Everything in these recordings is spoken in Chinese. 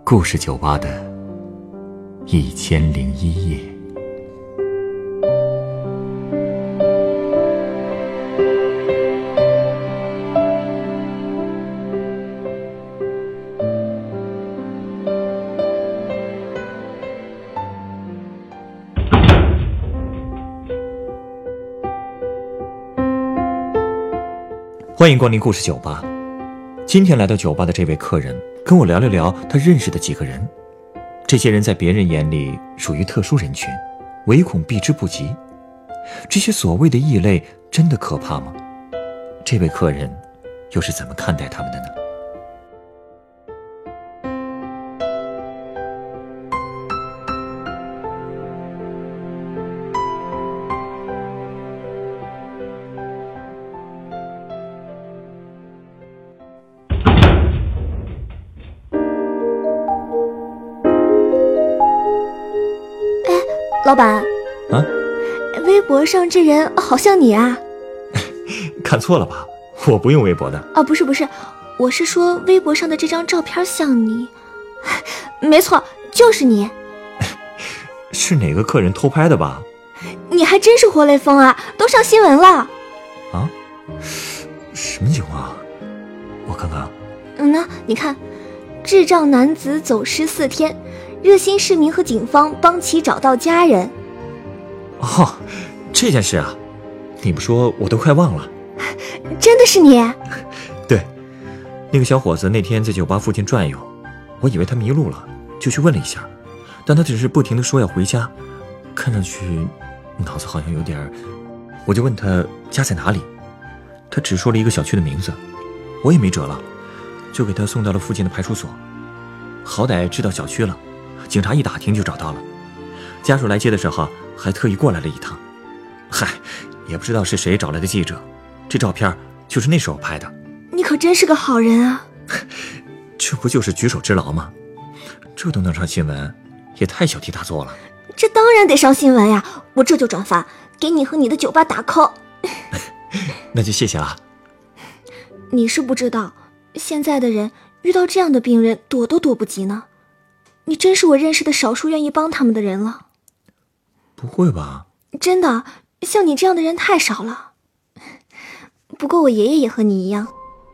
故事酒吧的1001夜。欢迎光临故事酒吧。今天来到酒吧的这位客人跟我聊了聊他认识的几个人，这些人在别人眼里属于特殊人群，唯恐避之不及。这些所谓的异类真的可怕吗？这位客人又是怎么看待他们的呢？ 老板啊， 微博上这人好像你啊。 看错了吧，我不用微博的。 啊，不是，我是说微博上的这张照片像你。没错，就是你。 是哪个客人偷拍的吧？ 你还真是活雷锋啊，都上新闻了。 啊？什么情况？我看看。 你看，智障男子走失4天，热心市民和警方帮其找到家人。 哦，这件事啊，你不说我都快忘了。 真的是你？ 对，那个小伙子那天在酒吧附近转悠，我以为他迷路了，就去问了一下，但他只是不停地说要回家，看上去脑子好像有点……我就问他家在哪里，他只说了一个小区的名字，我也没辙了，就给他送到了附近的派出所，好歹知道小区了，警察一打听就找到了，家属来接的时候还特意过来了一趟。嗨，也不知道是谁找来的记者，这照片就是那时候拍的。 你可真是个好人啊。 这不就是举手之劳吗？这都能上新闻，也太小题大做了。 这当然得上新闻呀，我这就转发，给你和你的酒吧打 call。 那就谢谢了。 你是不知道，现在的人遇到这样的病人躲都躲不及呢。你真是我认识的少数愿意帮他们的人了。 不会吧？ 真的，像你这样的人太少了。不过我爷爷也和你一样，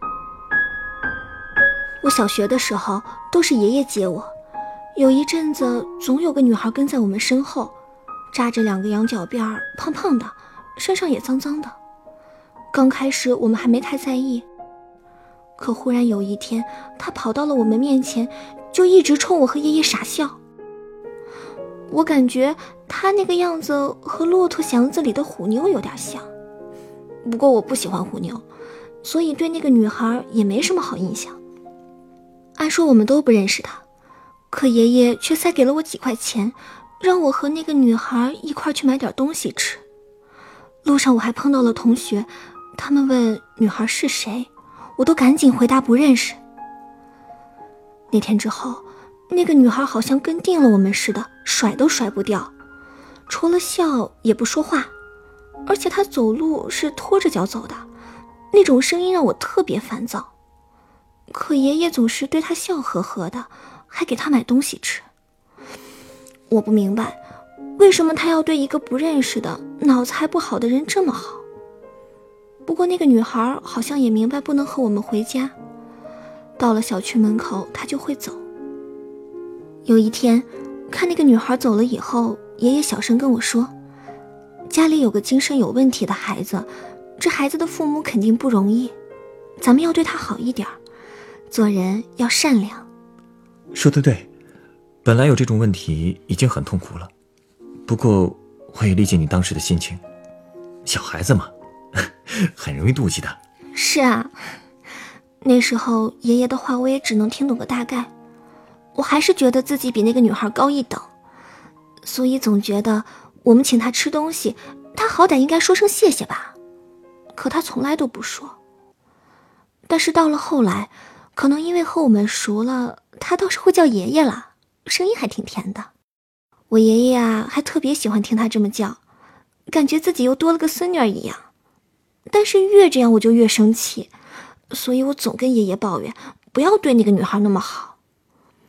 我小学的时候都是爷爷接我，有一阵子总有个女孩跟在我们身后，扎着2个羊角辫，胖胖的，身上也脏脏的。刚开始我们还没太在意，可忽然有一天她跑到了我们面前，就一直冲我和爷爷傻笑。我感觉她那个样子和骆驼祥子里的虎妞有点像，不过我不喜欢虎妞，所以对那个女孩也没什么好印象。按说我们都不认识她，可爷爷却塞给了我几块钱，让我和那个女孩一块去买点东西吃。路上我还碰到了同学，他们问女孩是谁，我都赶紧回答不认识。那天之后，那个女孩好像跟定了我们似的，甩都甩不掉，除了笑也不说话，而且她走路是拖着脚走的，那种声音让我特别烦躁。可爷爷总是对她笑呵呵的，还给她买东西吃。我不明白，为什么他要对一个不认识的、脑子还不好的人这么好？不过那个女孩好像也明白不能和我们回家，到了小区门口她就会走。有一天看那个女孩走了以后，爷爷小声跟我说，家里有个精神有问题的孩子，这孩子的父母肯定不容易，咱们要对他好一点，做人要善良。 说得对，本来有这种问题已经很痛苦了，不过我也理解你当时的心情，小孩子嘛，很容易妒忌的。 是啊，那时候爷爷的话我也只能听懂个大概，我还是觉得自己比那个女孩高一等，所以总觉得我们请她吃东西，她好歹应该说声谢谢吧，可她从来都不说。但是到了后来，可能因为和我们熟了，她倒是会叫爷爷了，声音还挺甜的。我爷爷啊，还特别喜欢听她这么叫，感觉自己又多了个孙女儿一样。但是越这样我就越生气，所以我总跟爷爷抱怨，不要对那个女孩那么好。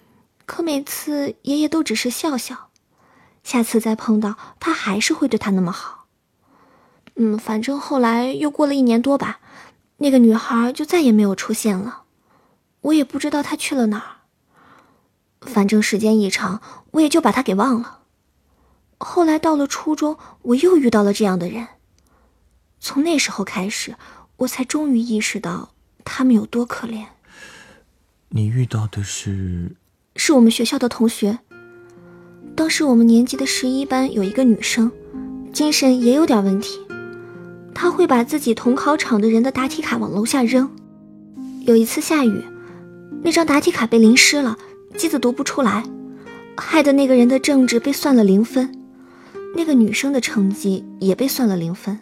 可每次爷爷都只是笑笑，下次再碰到他还是会对他那么好。反正后来又过了1年多吧，那个女孩就再也没有出现了，我也不知道她去了哪儿。反正时间一长，我也就把她给忘了。后来到了初中，我又遇到了这样的人，从那时候开始，我才终于意识到他们有多可怜。 你遇到的是我们学校的同学。当时我们年级的11班有一个女生，精神也有点问题，她会把自己同考场的人的答题卡往楼下扔。有一次下雨，那张答题卡被淋湿了，机子读不出来，害得那个人的政治被算了0分，那个女生的成绩也被算了0分。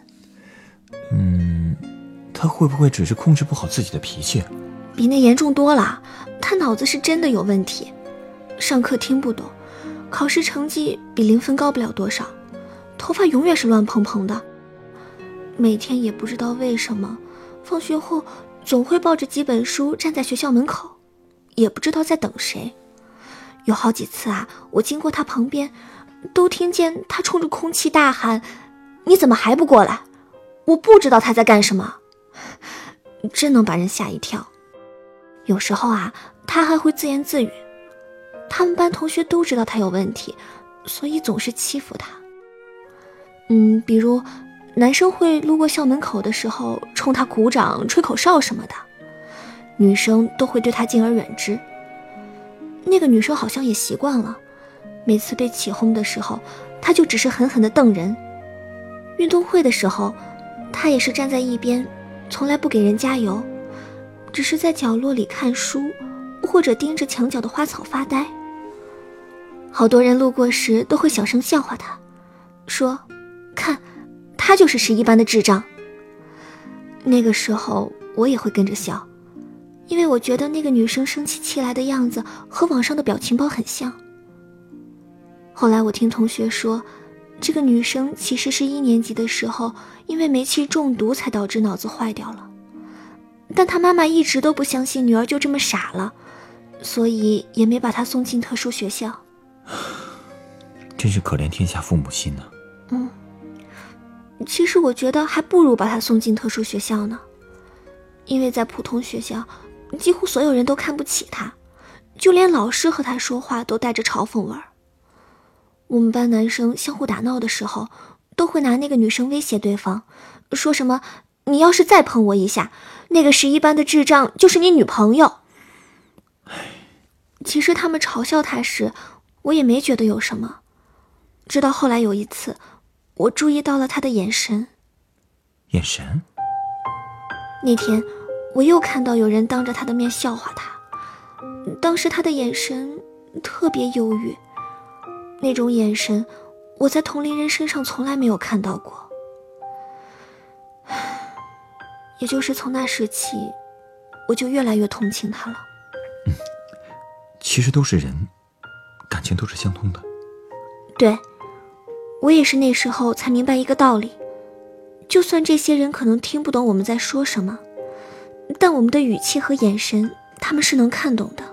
她会不会只是控制不好自己的脾气？ 比那严重多了，她脑子是真的有问题，上课听不懂，考试成绩比0分高不了多少，头发永远是乱蓬蓬的，每天也不知道为什么放学后总会抱着几本书站在学校门口，也不知道在等谁。有好几次啊，我经过他旁边，都听见他冲着空气大喊：你怎么还不过来？我不知道他在干什么，真能把人吓一跳。有时候啊，他还会自言自语，他们班同学都知道他有问题，所以总是欺负他。比如男生会路过校门口的时候冲他鼓掌吹口哨什么的，女生都会对他敬而远之。那个女生好像也习惯了，每次被起哄的时候，她就只是狠狠地瞪人。运动会的时候，她也是站在一边，从来不给人加油，只是在角落里看书，或者盯着墙角的花草发呆。好多人路过时都会小声笑话她，说看，他就是11班的智障。那个时候我也会跟着笑，因为我觉得那个女生生起气来的样子和网上的表情包很像。后来我听同学说，这个女生其实是1年级的时候因为煤气中毒才导致脑子坏掉了，但她妈妈一直都不相信女儿就这么傻了，所以也没把她送进特殊学校。 真是可怜天下父母心呢。 其实我觉得还不如把她送进特殊学校呢，因为在普通学校，几乎所有人都看不起她，就连老师和她说话都带着嘲讽味儿。我们班男生相互打闹的时候，都会拿那个女生威胁对方，说什么你要是再碰我一下，那个11班的智障就是你女朋友。其实他们嘲笑她时，我也没觉得有什么，直到后来有一次，我注意到了他的眼神。 眼神？ 那天我又看到有人当着他的面笑话他，当时他的眼神特别忧郁，那种眼神我在同龄人身上从来没有看到过。也就是从那时起，我就越来越同情他了。 其实都是人，感情都是相通的。 对，我也是那时候才明白一个道理，就算这些人可能听不懂我们在说什么，但我们的语气和眼神他们是能看懂的。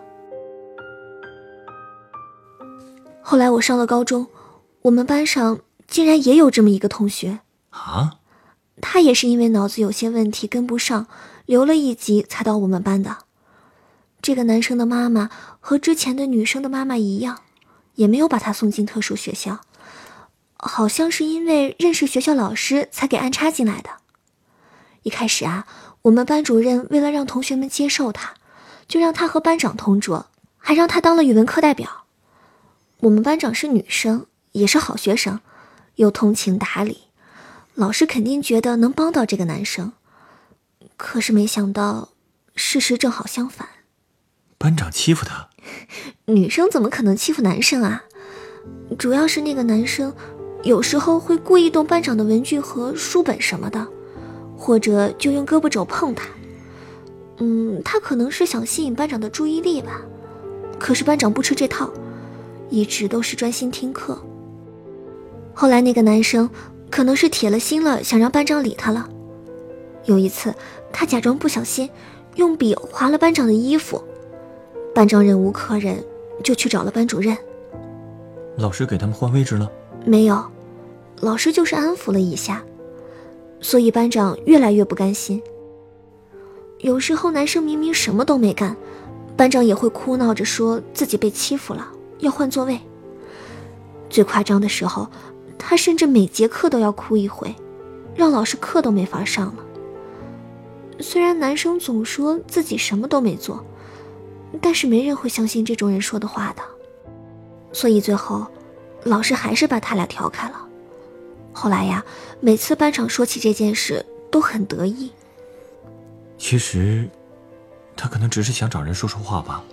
后来我上了高中，我们班上竟然也有这么一个同学啊， 他也是因为脑子有些问题跟不上，留了1级才到我们班的。这个男生的妈妈和之前的女生的妈妈一样，也没有把他送进特殊学校，好像是因为认识学校老师才给安插进来的。一开始啊，我们班主任为了让同学们接受他，就让他和班长同桌，还让他当了语文课代表。我们班长是女生，也是好学生，又通情达理，老师肯定觉得能帮到这个男生。可是没想到事实正好相反， 班长欺负他？ 女生怎么可能欺负男生啊？主要是那个男生有时候会故意动班长的文具盒、书本什么的，或者就用胳膊肘碰他。他可能是想吸引班长的注意力吧，可是班长不吃这套，一直都是专心听课。后来那个男生可能是铁了心了，想让班长理他了。有一次他假装不小心用笔划了班长的衣服，班长忍无可忍， 就去找了班主任。 老师给他们换位置了？ 没有，老师就是安抚了一下，所以班长越来越不甘心。有时候男生明明什么都没干，班长也会哭闹着说自己被欺负了，要换座位。最夸张的时候，他甚至每节课都要哭一回，让老师课都没法上了。虽然男生总说自己什么都没做，但是没人会相信这种人说的话的。所以最后老师还是把他俩调开了。后来呀，每次班长说起这件事都很得意。 其实他可能只是想找人说说话吧。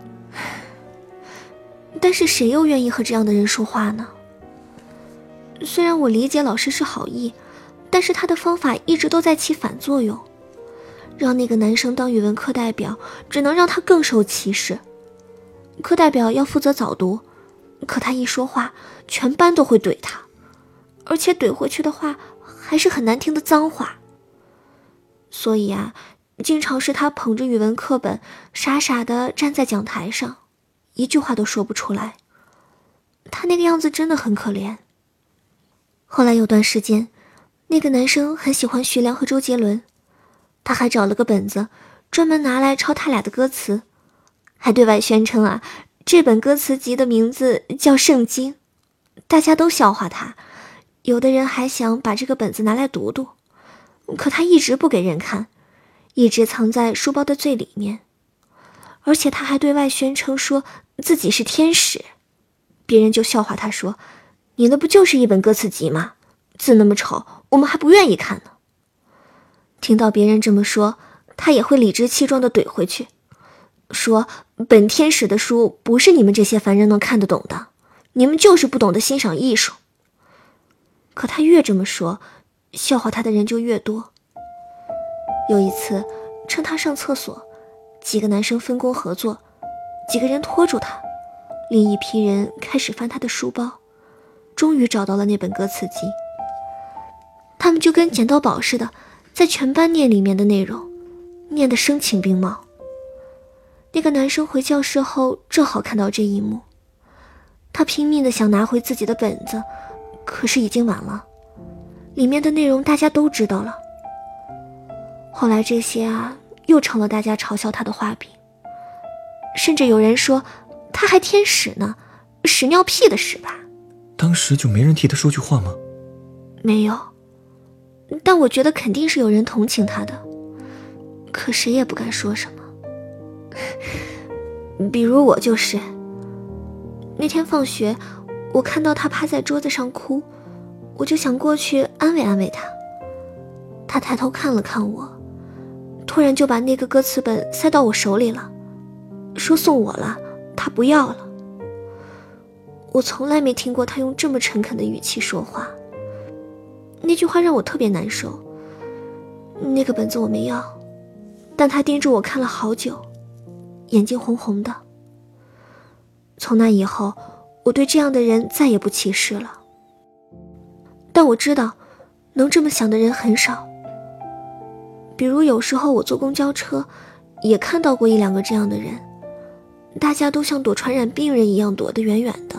但是谁又愿意和这样的人说话呢？虽然我理解老师是好意，但是他的方法一直都在起反作用，让那个男生当语文课代表，只能让他更受歧视。课代表要负责早读，可他一说话，全班都会怼他，而且怼回去的话还是很难听的脏话。所以啊，经常是他捧着语文课本，傻傻地站在讲台上，一句话都说不出来。他那个样子真的很可怜。后来有段时间，那个男生很喜欢徐良和周杰伦，他还找了个本子，专门拿来抄他俩的歌词，还对外宣称啊，这本歌词集的名字叫《圣经》，大家都笑话他，有的人还想把这个本子拿来读读，可他一直不给人看，一直藏在书包的最里面。而且他还对外宣称说自己是天使，别人就笑话他说，你那不就是一本歌词集吗？字那么丑，我们还不愿意看呢。听到别人这么说，他也会理直气壮地怼回去，说本天使的书不是你们这些凡人能看得懂的，你们就是不懂得欣赏艺术。可他越这么说，笑话他的人就越多。有一次趁他上厕所，几个男生分工合作，几个人拖住他，另一批人开始翻他的书包，终于找到了那本歌词集。他们就跟捡到宝似的，在全班念里面的内容，念得声情并茂。那个男生回教室后正好看到这一幕，他拼命地想拿回自己的本子，可是已经晚了，里面的内容大家都知道了。后来这些啊，又成了大家嘲笑他的画饼，甚至有人说他还天使呢，屎尿屁的屎吧。 当时就没人替他说句话吗？ 没有，但我觉得肯定是有人同情他的，可谁也不敢说什么。比如我就是，那天放学，我看到他趴在桌子上哭，我就想过去安慰安慰他。他抬头看了看我，突然就把那个歌词本塞到我手里了，说送我了，他不要了。我从来没听过他用这么诚恳的语气说话，那句话让我特别难受。那个本子我没要，但他盯着我看了好久，眼睛红红的。从那以后，我对这样的人再也不歧视了。但我知道，能这么想的人很少。比如有时候我坐公交车，也看到过一两个这样的人，大家都像躲传染病人一样躲得远远的。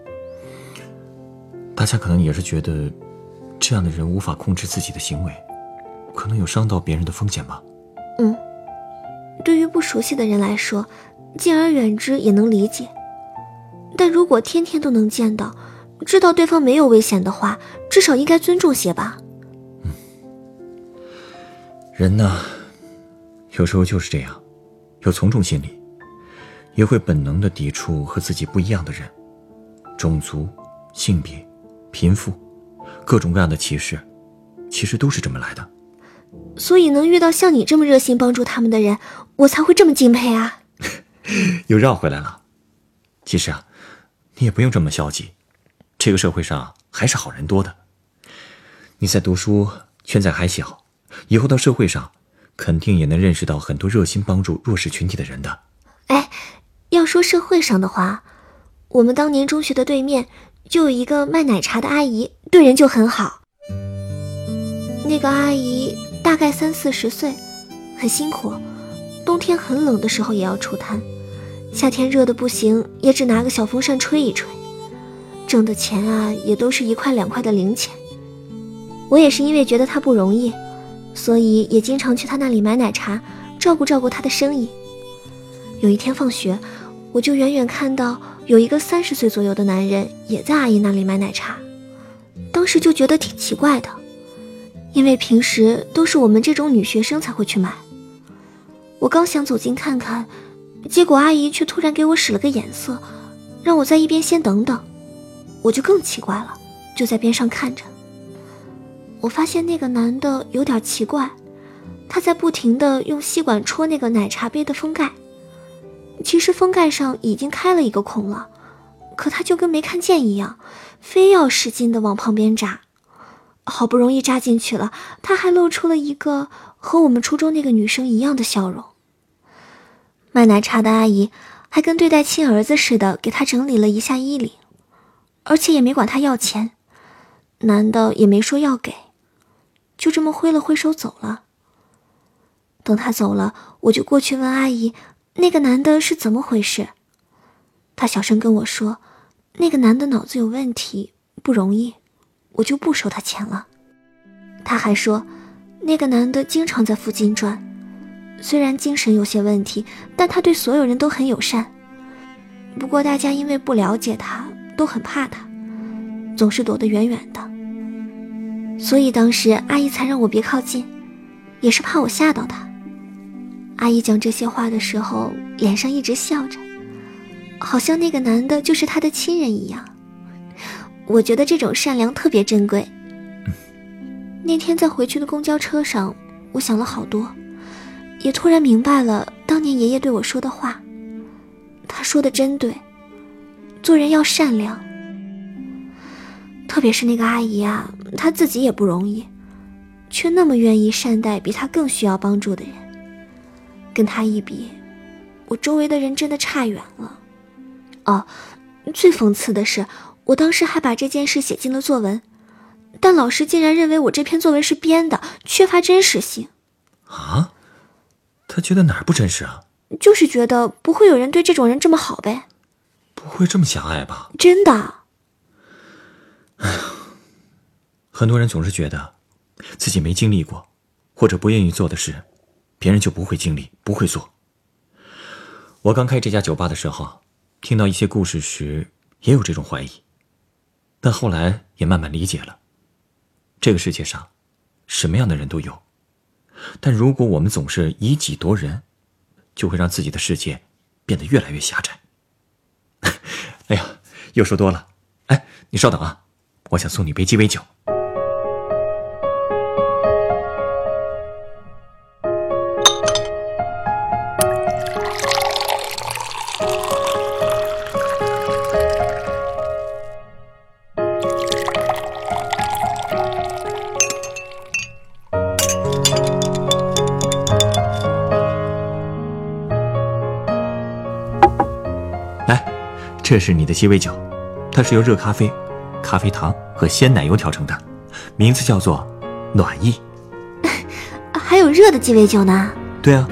大家可能也是觉得这样的人无法控制自己的行为，可能有伤到别人的风险吧。 对于不熟悉的人来说，敬而远之也能理解，但如果天天都能见到，知道对方没有危险的话，至少应该尊重些吧。 人呢，有时候就是这样，有从众心理，也会本能地抵触和自己不一样的人。种族、性别、贫富，各种各样的歧视，其实都是这么来的。 所以能遇到像你这么热心帮助他们的人，我才会这么敬佩啊。 又绕回来了。其实啊，你也不用这么消极，这个社会上还是好人多的。你在读书，圈子还小，以后到社会上肯定也能认识到很多热心帮助弱势群体的人的。 要说社会上的话，我们当年中学的对面就有一个卖奶茶的阿姨，对人就很好。那个阿姨大概30-40岁，很辛苦，冬天很冷的时候也要出摊， 夏天热得不行，也只拿个小风扇吹一吹，挣的钱啊也都是1块2块的零钱。我也是因为觉得他不容易，所以也经常去他那里买奶茶，照顾照顾他的生意。有一天放学，我就远远看到有一个30岁左右的男人也在阿姨那里买奶茶，当时就觉得挺奇怪的，因为平时都是我们这种女学生才会去买。我刚想走近看看，结果阿姨却突然给我使了个眼色，让我在一边先等等。我就更奇怪了，就在边上看着。我发现那个男的有点奇怪，他在不停地用吸管戳那个奶茶杯的封盖。其实封盖上已经开了一个孔了，可他就跟没看见一样，非要使劲地往旁边扎。好不容易扎进去了，他还露出了一个和我们初中那个女生一样的笑容。卖奶茶的阿姨还跟对待亲儿子似的给他整理了一下衣领，而且也没管他要钱，男的也没说要给，就这么挥了挥手走了。等他走了，我就过去问阿姨，那个男的是怎么回事？他小声跟我说，那个男的脑子有问题，不容易，我就不收他钱了。他还说，那个男的经常在附近转，虽然精神有些问题，但他对所有人都很友善。不过大家因为不了解他，都很怕他，总是躲得远远的。所以当时阿姨才让我别靠近，也是怕我吓到他。阿姨讲这些话的时候，脸上一直笑着，好像那个男的就是她的亲人一样。我觉得这种善良特别珍贵。那天在回去的公交车上，我想了好多，也突然明白了当年爷爷对我说的话。他说的真对，做人要善良。特别是那个阿姨啊，她自己也不容易，却那么愿意善待比她更需要帮助的人。跟她一比，我周围的人真的差远了。哦，最讽刺的是，我当时还把这件事写进了作文，但老师竟然认为我这篇作文是编的，缺乏真实性。 啊？他觉得哪儿不真实啊？ 就是觉得不会有人对这种人这么好呗。 不会这么狭隘吧？ 真的。 很多人总是觉得自己没经历过或者不愿意做的事，别人就不会经历不会做。我刚开这家酒吧的时候，听到一些故事时也有这种怀疑，但后来也慢慢理解了，这个世界上什么样的人都有，但如果我们总是以己夺人，就会让自己的世界变得越来越狭窄。哎呀，又说多了。哎，你稍等啊，我想送你杯鸡尾酒。这是你的鸡尾酒，它是由热咖啡、咖啡糖和鲜奶油调成的，名字叫做暖意。 还有热的鸡尾酒呢？ 对啊。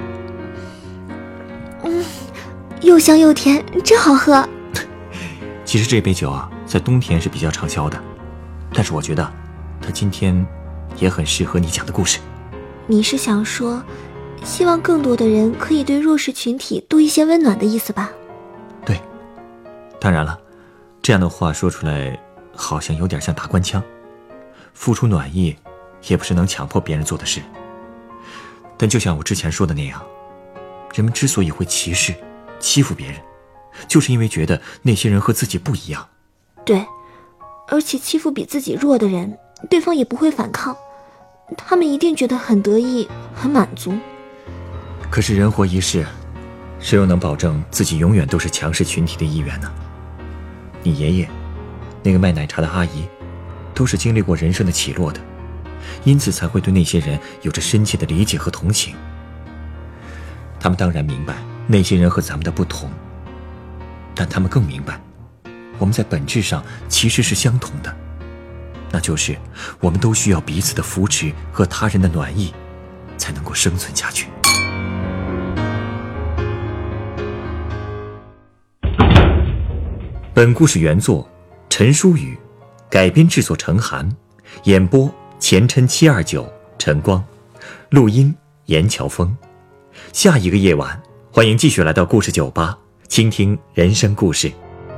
又香又甜，真好喝。 其实这杯酒啊，在冬天是比较畅销的，但是我觉得它今天也很适合你讲的故事。 你是想说，希望更多的人可以对弱势群体多一些温暖的意思吧？ 对。当然了，这样的话说出来好像有点像打官腔。付出暖意也不是能强迫别人做的事，但就像我之前说的那样，人们之所以会歧视欺负别人，就是因为觉得那些人和自己不一样。 对，而且欺负比自己弱的人，对方也不会反抗，他们一定觉得很得意很满足。 可是人活一世，谁又能保证自己永远都是强势群体的一员呢？你爷爷，那个卖奶茶的阿姨，都是经历过人生的起落的，因此才会对那些人有着深切的理解和同情。他们当然明白那些人和咱们的不同，但他们更明白，我们在本质上其实是相同的，那就是我们都需要彼此的扶持和他人的暖意，才能够生存下去。 本故事原作陈书宇，改编制作陈寒，演播前琛729陈光，录音严乔峰。下一个夜晚，欢迎继续来到故事酒吧，倾听人生故事。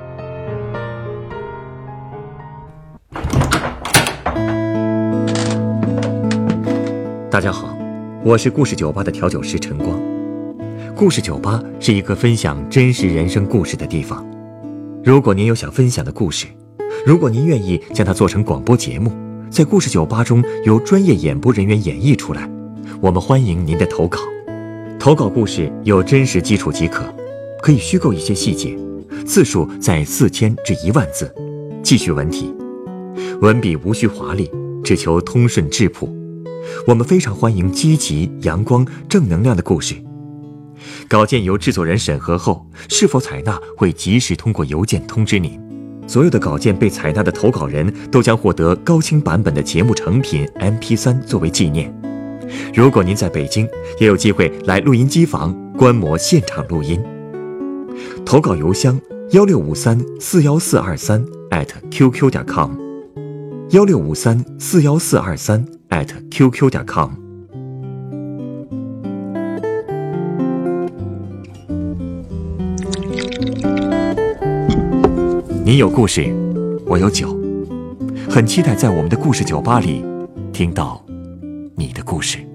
大家好，我是故事酒吧的调酒师陈光。故事酒吧是一个分享真实人生故事的地方。如果您有想分享的故事，如果您愿意将它做成广播节目，在故事酒吧中由专业演播人员演绎出来，我们欢迎您的投稿。投稿故事有真实基础即可，可以虚构一些细节，字数在4000至10000字，记叙文体，文笔无需华丽，只求通顺质朴。我们非常欢迎积极、阳光、正能量的故事。稿件由制作人审核后，是否采纳会及时通过邮件通知您。所有的稿件被采纳的投稿人都将获得高清版本的节目成品 MP3 作为纪念。如果您在北京，也有机会来录音机房观摩现场录音。投稿邮箱1653-41423@qq.com 1653-41423@qq.com。你有故事，我有酒，很期待在我们的故事酒吧里听到你的故事。